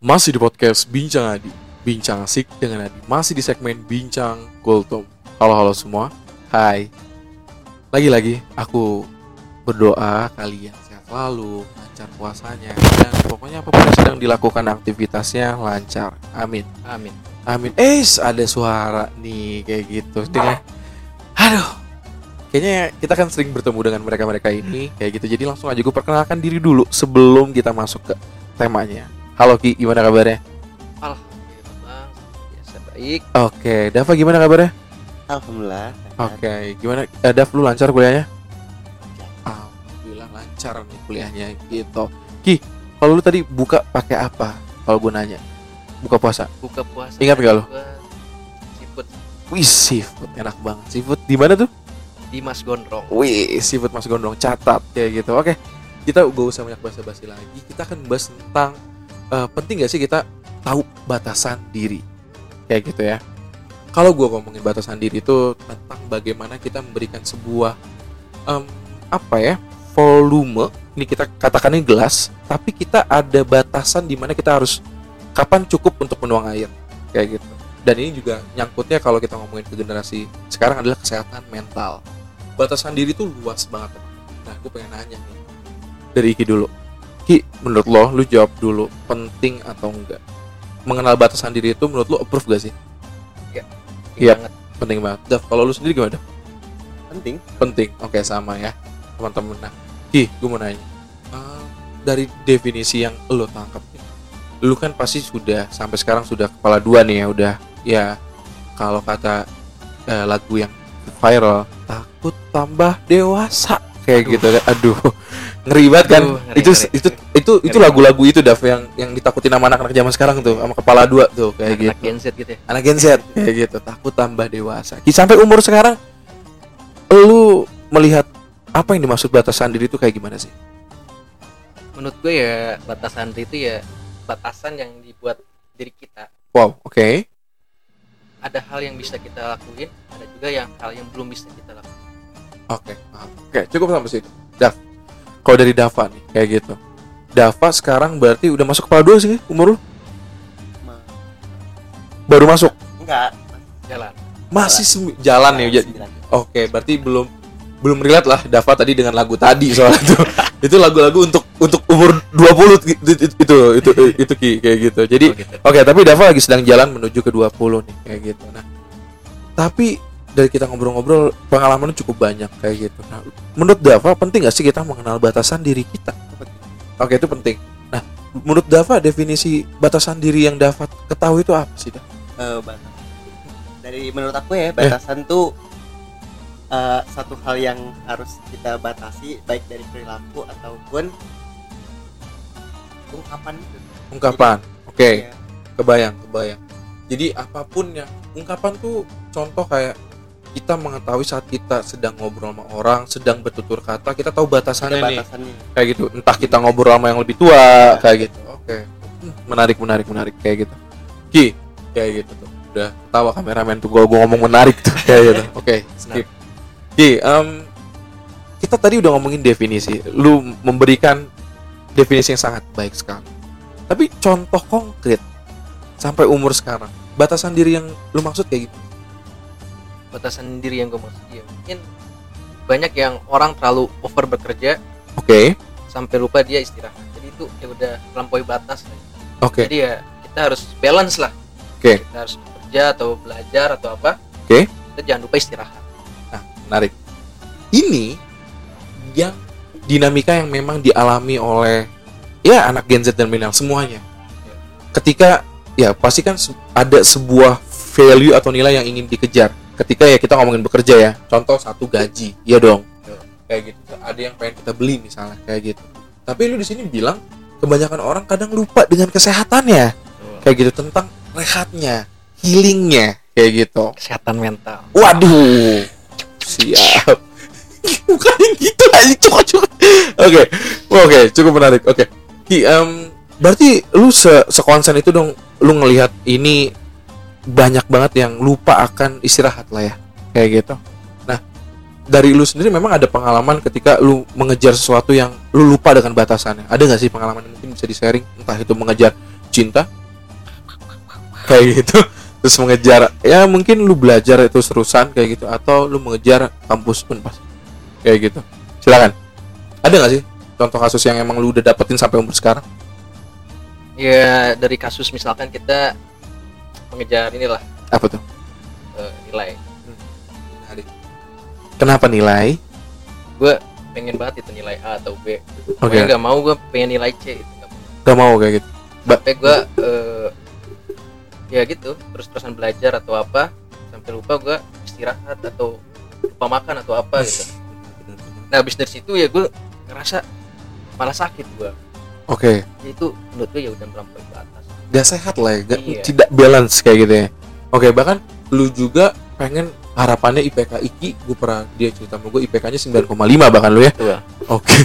Masih di podcast Bincang Adi, bincang asik dengan Adi. Masih di segmen Bincang Kultum. Halo semua, hai. Lagi-lagi aku berdoa kalian sehat selalu, lancar puasanya, dan pokoknya apapun yang sedang dilakukan aktivitasnya lancar. Amin. Ada suara nih kayak gitu. Kayaknya kita kan sering bertemu dengan mereka-mereka ini kayak gitu. Jadi langsung aja gue perkenalkan diri dulu sebelum kita masuk ke temanya. Halo Ki, gimana kabarnya? Alhamdulillah bang, biasa baik. Oke, Dava gimana kabarnya? Alhamdulillah. Oke, gimana? Dav, lu lancar kuliahnya? Alhamdulillah lancar nih kuliahnya gitu. Ki, kalau lu tadi buka pakai apa? Kalau gue nanya, buka puasa. Buka puasa. Ingat gak lu? Seafood Wih, seafood enak banget. Seafood di mana tuh? di Mas Gondrong. Wih, seafood Mas Gondrong, catat kayak gitu. Oke, kita gak usah banyak basa-basi lagi. Kita akan bahas tentang penting gak sih kita tahu batasan diri kayak gitu ya. Kalau gue ngomongin batasan diri itu tentang bagaimana kita memberikan sebuah volume, ini kita katakannya gelas, tapi kita ada batasan di mana kita harus kapan cukup untuk menuang air kayak gitu. Dan ini juga nyangkutnya kalau kita ngomongin ke generasi sekarang adalah kesehatan mental. Batasan diri itu luas banget. Nah, gue pengen nanya nih dari Iki dulu. Ki, menurut lo, lu jawab dulu, penting atau enggak? Mengenal batasan diri itu menurut lo approve gak sih? Iya, penting banget. Dav, kalau lu sendiri gimana? Penting. Oke, sama ya teman-teman. Nah, Ki, gue mau nanya, dari definisi yang lo tangkap nih, lu kan pasti sudah sampai sekarang sudah kepala dua nih ya, udah ya kalau kata lagu yang viral, takut tambah dewasa kayak gitu. Aduh, ngeri banget kan. Itu lagu-lagu itu Dav yang ditakutin sama anak-anak zaman sekarang tuh, sama kepala dua tuh kayak gitu. Anak Gen Z gitu ya. Anak Gen Z kayak gitu, takut tambah dewasa. Sampai umur sekarang lu melihat apa yang dimaksud batasan diri itu kayak gimana sih? Menurut gue ya batasan diri itu ya batasan yang dibuat diri kita. Wow, oke. Ada hal yang bisa kita lakuin, ada juga hal yang belum bisa kita lakuin. Oke, cukup sampai situ. Dav, kalau dari Dava nih kayak gitu, Dava sekarang berarti udah masuk kepala dua sih umur lu? Baru masuk? Enggak. Jalan. Masih jalan ya. Oke, berarti belum relate lah Dava tadi dengan lagu tadi soalnya tuh. Itu lagu-lagu untuk umur 20 itu Ki kayak gitu. Jadi oke, tapi Dava lagi sedang jalan menuju ke 20 nih kayak gitu. Nah, tapi dari kita ngobrol-ngobrol pengalamannya cukup banyak kayak gitu. Nah, menurut Dava penting gak sih kita mengenal batasan diri kita? Oke, itu penting. Nah, menurut Dava definisi batasan diri yang Dava ketahui itu apa sih, Dava? Dari menurut aku ya, batasan tuh satu hal yang harus kita batasi, baik dari perilaku ataupun ungkapan. Oke. Ya. Kebayang. Jadi apapun yang ungkapan tuh contoh kayak kita mengetahui saat kita sedang ngobrol sama orang, sedang bertutur kata, kita tahu batasannya nih. Kayak gitu. Entah kita ngobrol sama yang lebih tua, kayak gitu. Oke. Menarik kayak gitu. Ki, kayak gitu tuh. Udah tawa kameramen tuh gua ngomong menarik tuh kayak gitu. Oke, skip. Ki, kita tadi udah ngomongin definisi. Lu memberikan definisi yang sangat baik sekali. Tapi contoh konkret sampai umur sekarang, batasan diri yang lu maksud kayak gitu? Batasan diri yang gue maksud ya mungkin banyak yang orang terlalu over bekerja. Oke. Sampai lupa dia istirahat. Jadi itu ya udah melampaui batas. Oke. Jadi ya kita harus balance lah. Oke. Kita harus bekerja atau belajar atau apa. Oke. Kita jangan lupa istirahat. Nah, menarik. Ini yang dinamika yang memang dialami oleh ya anak Gen Z dan milenial semuanya. Ketika ya pasti kan ada sebuah value atau nilai yang ingin dikejar. Ketika ya kita ngomongin bekerja ya, contoh satu gaji, ya dong, kayak gitu. Ada yang pengen kita beli misalnya, kayak gitu. Tapi lu di sini bilang kebanyakan orang kadang lupa dengan kesehatannya, kayak gitu, tentang rehatnya, healingnya, kayak gitu. Kesehatan mental. Waduh, siap. Bukan gitu aja, cocok. Oke, cukup menarik. Oke, berarti lu sekonsen itu dong, lu ngelihat ini banyak banget yang lupa akan istirahat lah ya, kayak gitu. Nah, dari lu sendiri memang ada pengalaman ketika lu mengejar sesuatu yang lu lupa dengan batasannya? Ada nggak sih pengalaman yang mungkin bisa di-sharing? Entah itu mengejar cinta kayak gitu, terus mengejar ya mungkin lu belajar itu terusan kayak gitu, atau lu mengejar kampus Unpas kayak gitu. Silakan, ada nggak sih contoh kasus yang emang lu udah dapetin sampai umur sekarang? Ya dari kasus misalkan kita mengejar inilah Apa tuh? Nilai. Kenapa nilai? Gue pengen banget itu nilai A atau B. Oke. Nggak mau gue pengen nilai C itu nggak mau. Gak mau kayak gitu. Sampai gue ya gitu terus-terusan belajar atau apa sampai lupa gue istirahat atau lupa makan atau apa gitu. Nah habis dari situ ya gue ngerasa malah sakit gue. Oke. Ya, itu menurut gue ya udah melampaui batas. Gak sehat lah ya, Iya. tidak balance kayak gitu ya. Oke, bahkan lu juga pengen harapannya IPK Iki, gue pernah dia cerita sama gue IPK-nya 9,5 bahkan lu ya. Betul. Oke.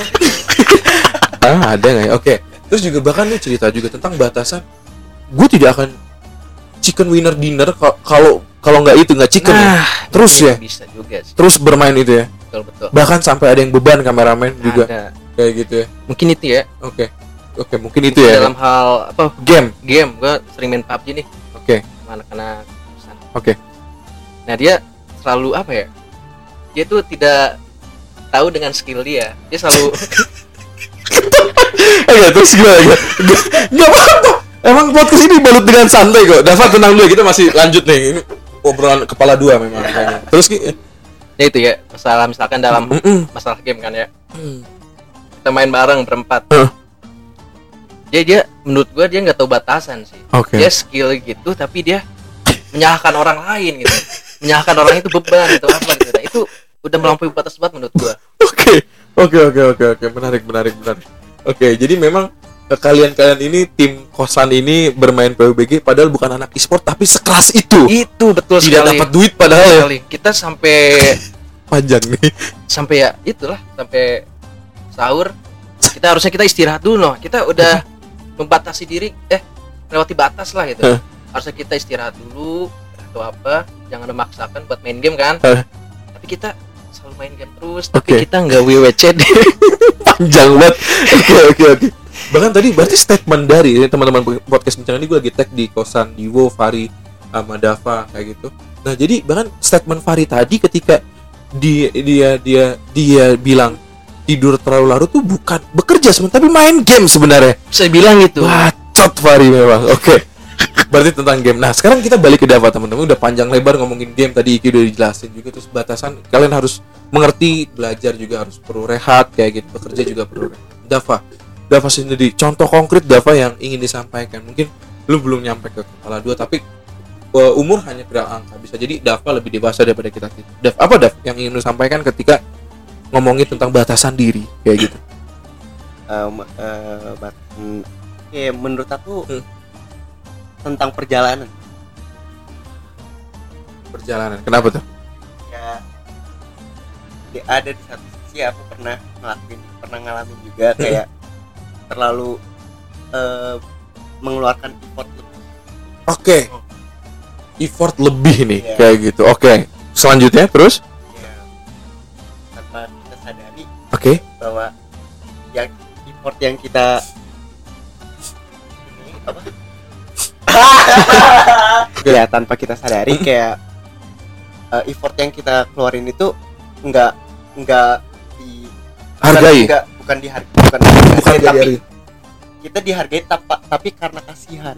Ada nggak ya? Oke. Terus juga bahkan lu cerita juga tentang batasan. Gue tidak akan chicken winner dinner kalau nggak itu nggak chicken. Ya. Terus ya. Bisa juga sih. Terus bermain itu ya. Betul. Bahkan sampai ada yang beban kameramen juga. Ada. Kayak gitu ya. Mungkin itu ya. Oke, mungkin itu ya. Dalam hal apa? Game. Gue sering main PUBG nih. Oke. Sama anak-anak kosan. Oke. Nah dia selalu apa ya? Dia tuh tidak tahu dengan skill dia. Dia selalu Terus gimana? Gak apa-apa. Emang podcast ini balut dengan santai kok. Dava tenang dulu ya, kita masih lanjut nih. Ini obrolan kepala dua memang kayaknya. Terus ya itu ya masalah misalkan dalam masalah game kan ya. Kita main bareng berempat. Dia menurut gua dia nggak tahu batasan sih. Dia skill gitu tapi dia menyalahkan orang lain gitu. Menyalahkan orang itu beban gitu apa gitu. Nah, itu udah melampaui batas banget menurut gua. Oke. Menarik. Oke, jadi memang kalian ini tim kosan ini bermain PUBG padahal bukan anak e-sport tapi sekeras itu. Itu betul tidak sekali. Dapat duit padahal ya. Kita sampai panjang nih. Sampai ya itulah sampai sahur kita istirahat dulu loh. Kita udah membatasi diri melewati batas lah gitu. Harusnya kita istirahat dulu atau apa, jangan memaksakan buat main game kan. Tapi kita selalu main game terus, tapi kita nggak WWCD. Panjang banget. Oke. Bahkan tadi berarti statement dari teman-teman podcast bencana ini gue lagi tag di kosan Diwo, Fari, sama Dava kayak gitu. Nah jadi bahkan statement Fari tadi ketika dia bilang tidur terlalu larut tuh bukan bekerja sebenarnya tapi main game sebenarnya. Saya bilang gitu. Bacot Fari memang. Oke. Berarti tentang game. Nah sekarang kita balik ke Dava teman-teman. Udah panjang lebar ngomongin game tadi Iki udah dijelasin juga. Terus batasan kalian harus mengerti, belajar juga harus perlu rehat kayak gitu, bekerja juga perlu rehat. Dava sendiri contoh konkret Dava yang ingin disampaikan. Mungkin lu belum nyampe ke kepala dua tapi umur hanya berat angka. Bisa jadi Dava lebih dewasa daripada kita. Dav yang ingin lu sampaikan ketika ngomongin tentang batasan diri kayak gitu? Menurut aku tentang perjalanan. Kenapa tuh? Ya ada di satu sisi aku pernah ngalamin juga kayak terlalu mengeluarkan effort lebih. Effort lebih nih kayak gitu. Selanjutnya terus? Tanpa kita sadari bahwa yang effort yang kita ini apa? Ya tanpa kita sadari kayak effort yang kita keluarin itu enggak dihargai. Bukan dihargai. Kita dihargai tapi karena kasihan.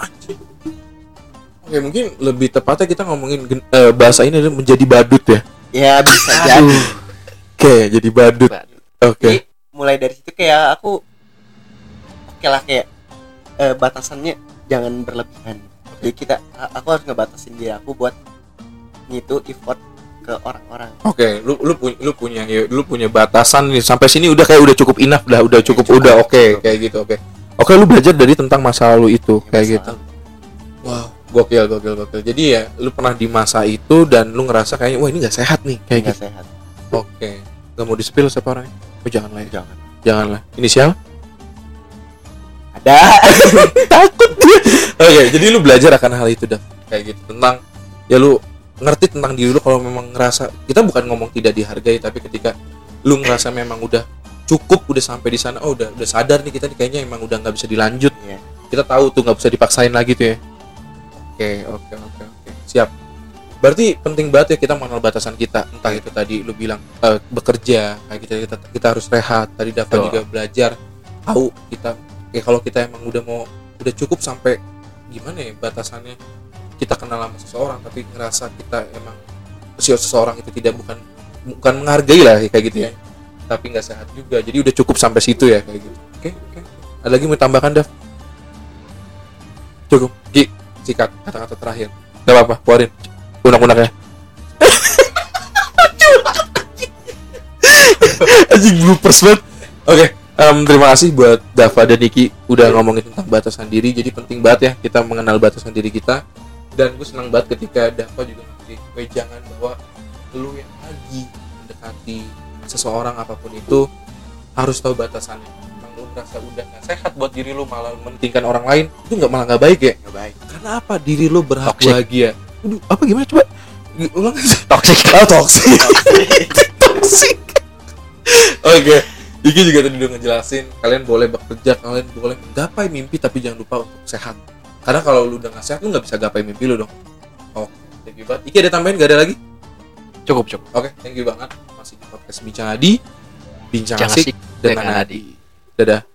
Mungkin lebih tepatnya kita ngomongin bahasa ini adalah menjadi badut ya. Ya bisa jadi. Jadi badut. Jadi, mulai dari situ kayak aku lah kayak batasannya jangan berlebihan. Jadi aku harus ngebatasin diri aku buat ngitu effort ke orang-orang. Lu punya batasan nih sampai sini udah cukup enough dah, udah cukup. Kayak gitu. Lu belajar dari tentang masa lalu itu kayak gitu. Wow, gokil. Jadi ya lu pernah di masa itu dan lu ngerasa kayaknya wah ini nggak sehat nih kayak gitu. Sehat. Nggak mau di-spill siapa orangnya? Janganlah. Inisial? Ada. Takut dia. Jadi lu belajar akan hal itu dah kayak gitu tentang ya lu ngerti tentang diri lu kalau memang ngerasa kita bukan ngomong tidak dihargai tapi ketika lu ngerasa memang udah cukup udah sampai di sana udah sadar nih kita nih kayaknya emang udah nggak bisa dilanjut kita tahu tuh nggak bisa dipaksain lagi tuh ya. Oke. Siap. Berarti penting banget ya kita mengenal batasan kita. Entah itu tadi lu bilang bekerja, kayak kita harus rehat. Tadi Dava juga belajar tahu kita kalau kita emang udah cukup sampai gimana ya batasannya, kita kenal sama seseorang tapi ngerasa kita emang seseorang itu bukan menghargai lah kayak gitu ya. Tapi nggak sehat juga. Jadi udah cukup sampai situ ya kayak gitu. Oke. Ada lagi mau tambahkan, Dav? Cukup. Gi, sikat kata-kata terakhir. Gak apa-apa, keluarin unek-uneknya. Anjing bloopers banget. Oke, terima kasih buat Dava dan Niki udah ngomongin tentang batasan diri. Jadi penting banget ya kita mengenal batasan diri kita. Dan gue senang banget ketika Dava juga ngasih wejangan bahwa lu yang lagi mendekati seseorang apapun itu harus tahu batasannya. Emang lu merasa udah gak sehat buat diri lu, malah mementingkan orang lain, itu malah gak baik ya? Gak baik. Karena apa? Diri lu berhak bahagia. Apa gimana coba? Ulang. Toxic. Oke. Iki juga tadi udah ngejelasin, kalian boleh bekerja, kalian boleh menggapai mimpi, tapi jangan lupa untuk sehat. Karena kalau lu udah gak sehat, lu gak bisa gapai mimpi lu dong. Oke, thank you banget. Iki ada tambahin? Gak ada lagi? Cukup. Oke, thank you banget. Masih di podcast Bincang Adi, Bincang Asik dengan Adi. Dadah.